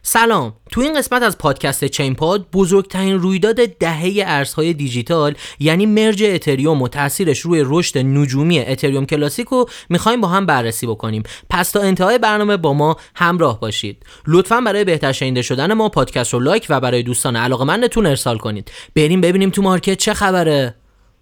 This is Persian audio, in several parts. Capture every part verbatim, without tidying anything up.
سلام، تو این قسمت از پادکست چین پاد بزرگترین رویداد دهه ارزهای دیجیتال یعنی مرج اتریوم و تأثیرش روی رشد نجومی اتریوم کلاسیک رو میخوایم با هم بررسی بکنیم. پس تا انتهای برنامه با ما همراه باشید. لطفاً برای بهتر شنیده شدن ما پادکست رو لایک و برای دوستان علاقه‌مندتون ارسال کنید. بریم ببینیم تو مارکت چه خبره.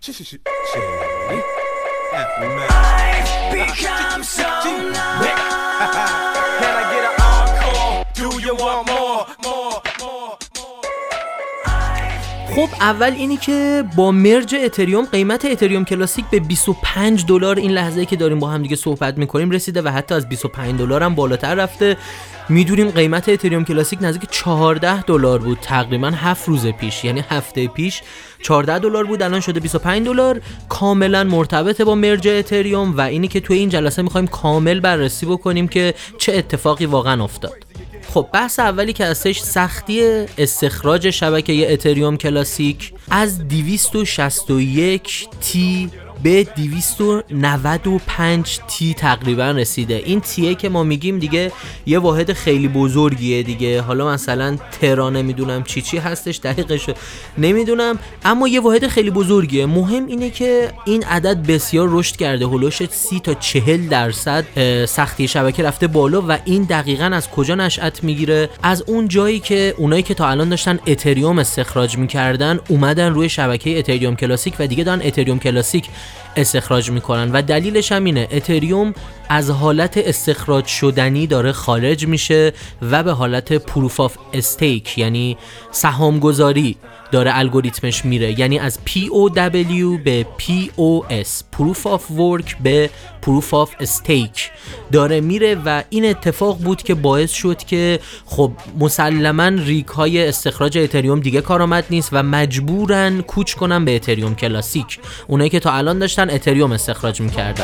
خب اول اینی که با مرج اتریوم قیمت اتریوم کلاسیک به بیست و پنج دلار این لحظه‌ای که داریم با هم دیگه صحبت می‌کنیم رسیده و حتی از بیست و پنج دلار هم بالاتر رفته. میدونیم قیمت اتریوم کلاسیک نزدیک چهارده دلار بود تقریباً هفت روز پیش، یعنی هفته پیش چهارده دلار بود، الان شده بیست و پنج دلار. کاملا مرتبط با مرج اتریوم و اینی که توی این جلسه می‌خوایم کامل بررسی بکنیم که چه اتفاقی واقعاً افتاد. خب بحث اولی که هستش سختی استخراج شبکه اتریوم کلاسیک از دویست و شصت و یک تی به دویست و نود و پنج تی تقریبا رسیده. این تیه که ما میگیم دیگه یه واحد خیلی بزرگیه دیگه، حالا مثلا ترا نمیدونم چی چی هستش دقیقش نمیدونم، اما یه واحد خیلی بزرگیه. مهم اینه که این عدد بسیار رشد کرده، هولوش سی تا چهل درصد سختی شبکه رفته بالا و این دقیقاً از کجا نشأت میگیره؟ از اون جایی که اونایی که تا الان داشتن اتریوم استخراج میکردن اومدن روی شبکه اتریوم کلاسیک و دیگه دارن اتریوم کلاسیک استخراج میکنن و دلیلش هم اینه اتریوم از حالت استخراج شدنی داره خارج میشه و به حالت پروف آف استیک یعنی سهام گذاری داره الگوریتمش میره، یعنی از پی او دبلیو به پی او اس پروف آف ورک به پروف آف استیک داره میره و این اتفاق بود که باعث شد که خب مسلماً ریگ های استخراج اتریوم دیگه کارآمد نیست و مجبورن کوچ کنن به اتریوم کلاسیک، اونایی که تا الان داشتن اتریوم استخراج میکردن.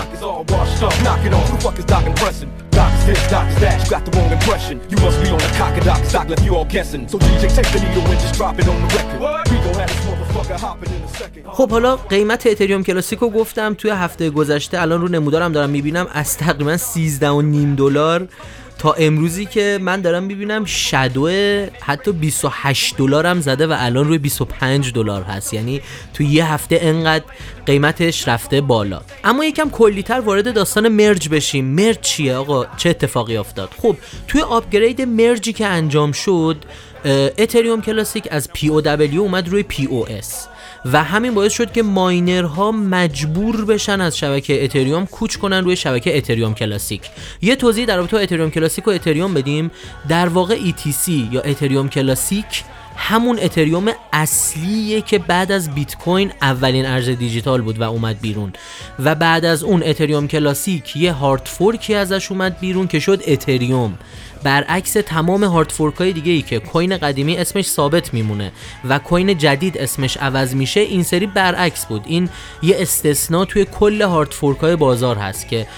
خب حالا قیمت اتریوم کلاسیک رو گفتم توی هفته گذشته، الان رو نمودارم دارم میبینم از تقریبا سیزده و نیم دلار تا امروزی که من دارم میبینم شادو حتی بیست و هشت دلار هم زده و الان روی بیست و پنج دلار هست، یعنی تو یه هفته انقدر قیمتش رفته بالا. اما یکم کلی‌تر وارد داستان مرج بشیم. مرج چیه آقا؟ چه اتفاقی افتاد؟ خب توی آپگرید مرجی که انجام شد اتریوم کلاسیک از پی او دبلیو اومد روی پی او اس و همین باعث شد که ماینرها مجبور بشن از شبکه اتریوم کوچ کنن روی شبکه اتریوم کلاسیک. یه توضیح در رابطه با اتریوم کلاسیک و اتریوم بدیم. در واقع ای تی سی یا اتریوم کلاسیک همون اتریوم اصلیه که بعد از بیت کوین اولین ارز دیجیتال بود و اومد بیرون و بعد از اون اتریوم کلاسیک یه هارد فورکی ازش اومد بیرون که شد اتریوم. برعکس تمام هارد فورک های دیگه ای که کوین قدیمی اسمش ثابت میمونه و کوین جدید اسمش عوض میشه، این سری برعکس بود. این یه استثناء توی کل هارد فورک های بازار هست که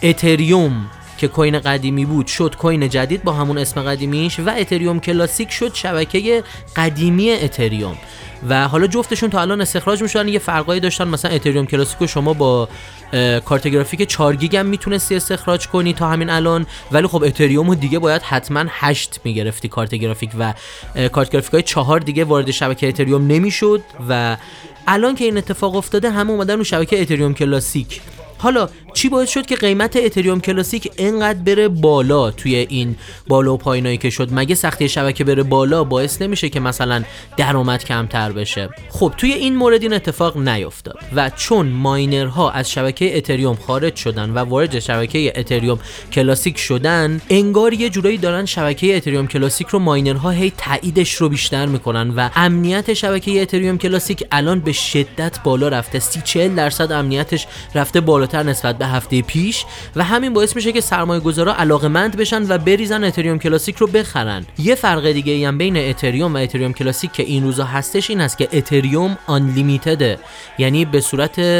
اتریوم که کوین قدیمی بود شد کوین جدید با همون اسم قدیمیش و اتریوم کلاسیک شد شبکه قدیمی اتریوم و حالا جفتشون تا الان استخراج میشدن. یه فرقایی داشتن، مثلا اتریوم کلاسیکو شما با کارت گرافیک چهار گیگ هم میتونستی استخراج کنی تا همین الان، ولی خب اتریومو دیگه باید حتما هشت میگرفتی کارت گرافیک و کارت گرافیکای چهار دیگه وارد شبکه اتریوم نمیشد و الان که این اتفاق افتاده همه اومدن رو شبکه اتریوم کلاسیک. حالا چی باعث شد که قیمت اتریوم کلاسیک اینقدر بره بالا توی این بالا و پایینایی که شد؟ مگه سختی شبکه بره بالا باعث نمیشه که مثلا درآمد کمتر بشه؟ خب توی این مورد این اتفاق نیفتاد و چون ماینرها از شبکه اتریوم خارج شدن و وارد شبکه اتریوم کلاسیک شدن، انگار یه جورایی دارن شبکه اتریوم کلاسیک رو ماینرها هی تاییدش رو بیشتر میکنن و امنیت شبکه اتریوم کلاسیک الان به شدت بالا رفته. سی چهل درصد امنیتش رفته بالاتر نسبت به هفته پیش و همین باعث میشه که سرمایه‌گذارا علاقه‌مند بشن و بریزن اتریوم کلاسیک رو بخرن. یه فرق دیگه ای هم بین اتریوم و اتریوم کلاسیک که این روزا هستش این است که اتریوم آنلیمیتده، یعنی به صورت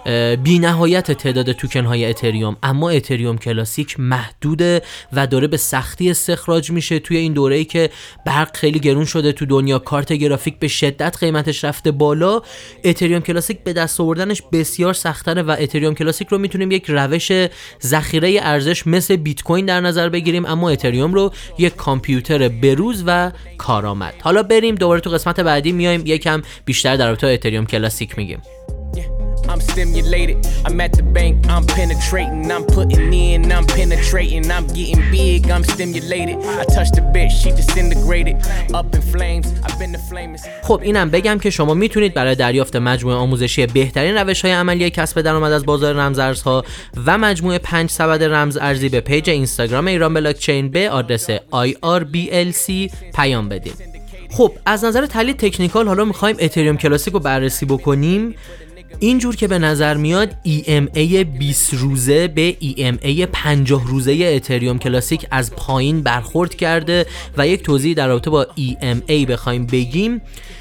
بی نهایت تعداد توکن های اتریوم، اما اتریوم کلاسیک محدوده و داره به سختی استخراج میشه توی این دوره‌ای که برق خیلی گرون شده تو دنیا، کارت گرافیک به شدت قیمتش رفته بالا. اتریوم کلاسیک به دست آوردنش بسیار سخت‌تره و اتریوم کلاسیک رو میتونیم یک روش ذخیره ارزش مثل بیت کوین در نظر بگیریم، اما اتریوم رو یک کامپیوتر بروز و کارآمد. حالا بریم دوباره تو قسمت بعدی میایم یکم بیشتر در رابطه با اتریوم کلاسیک میگیم. I'm stimulated, I'm at the bank, I'm penetrating, I'm putting in, I'm penetrating, I'm getting big, I'm stimulated. I touched the bitch, she disintegrated, up in flames, I've been the flamest. خب اینم بگم که شما میتونید برای دریافت مجموعه آموزشی بهترین روش‌های عملی کسب درآمد از بازار رمزارزها و مجموعه پنج سبد رمز ارزی به پیج اینستاگرام ایران بلاکچین به آدرس آی آر بی ال سی پیام بدید. خب از نظر تحلیل تکنیکال حالا می‌خوایم اتریوم کلاسیک رو بررسی بکنیم. اینجور که به نظر میاد ای ام ای بیست روزه به ای ام ای پنجاه روزه اتریوم کلاسیک از پایین برخورد کرده و یک توضیح در رابطه با ای ام ای بخوایم بگیم،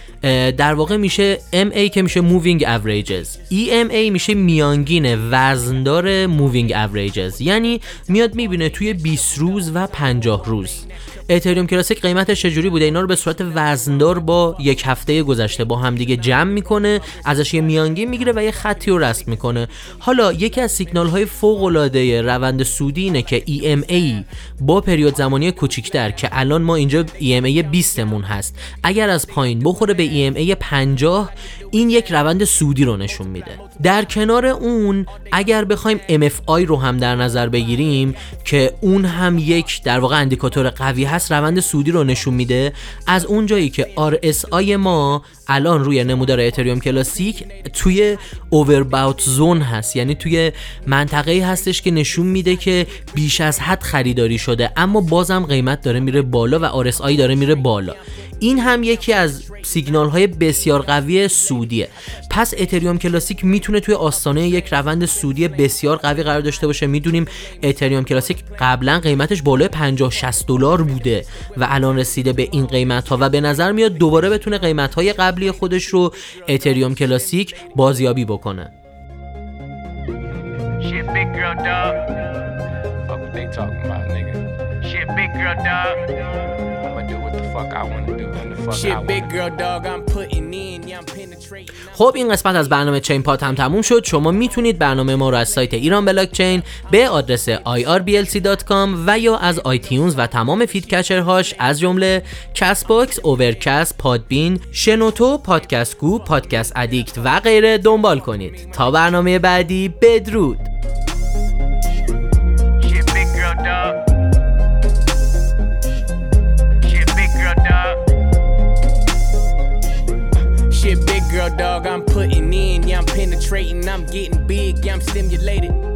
در واقع میشه ام ای که میشه Moving Averages، ای ام ای میشه میانگین وزندار Moving Averages، یعنی میاد میبینه توی بیست روز و پنجاه روز اتریوم کلاسیک قیمتش چجوری بوده، اینا رو به صورت وزندار با یک هفته گذشته با هم دیگه جمع میکنه، ازش یه میانگین میگیره و یه خطی رو رسم میکنه. حالا یکی از سیگنال های فوق العاده روند سودی اینه که ای ام ای با پریود زمانی کوچیک‌تر که الان ما اینجا ای ام ای بیست مون هست، اگر از پایین بخوره به ای ام ای پنجاه، این یک روند سودی رو نشون میده. در کنار اون اگر بخوایم ام اف آی رو هم در نظر بگیریم که اون هم یک در واقع اندیکاتور قوی هست، روند سودی رو نشون میده. از اون جایی که آر اس آی ما الان روی نمودار اتریوم کلاسیک توی اوورباوت زون هست، یعنی توی منطقه‌ای هستش که نشون میده که بیش از حد خریداری شده، اما بازم قیمت داره میره بالا و آر اس آی داره میره بالا. این هم یکی از سیگنال های بسیار قوی سودیه. پس اتریوم کلاسیک میتونه توی آستانه یک روند سودی بسیار قوی قرار داشته باشه. میدونیم اتریوم کلاسیک قبلا قیمتش بالای پنجاه شصت دلار بوده و الان رسیده به این قیمت ها و به نظر میاد دوباره بتونه قیمت های قبلی خودش رو اتریوم کلاسیک بازیابی بکنه. Shit big girl dog. Fuck what they talking about, nigga. Shit big girl dog. I'ma do what the fuck I wanna do when the fuck I wanna. Shit big girl dog. I'm putting in, yeah I'm penetrating. خب این قسمت از برنامه چین پاد هم تموم شد. شما میتونید برنامه ما رو از سایت ایران بلاکچین به آدرس آی آر بی ال سی دات کام و یا از آیتیونز و تمام فید کچرهاش از جمله کست باکس، اوورکست، پادبین، شنوتو، پادکست گو، پادکست ادیکت و غیره دنبال کنید. تا برنامه بعدی بدرود. Shit big girl dog, I'm putting in, yeah I'm penetrating, I'm getting big, yeah I'm stimulated.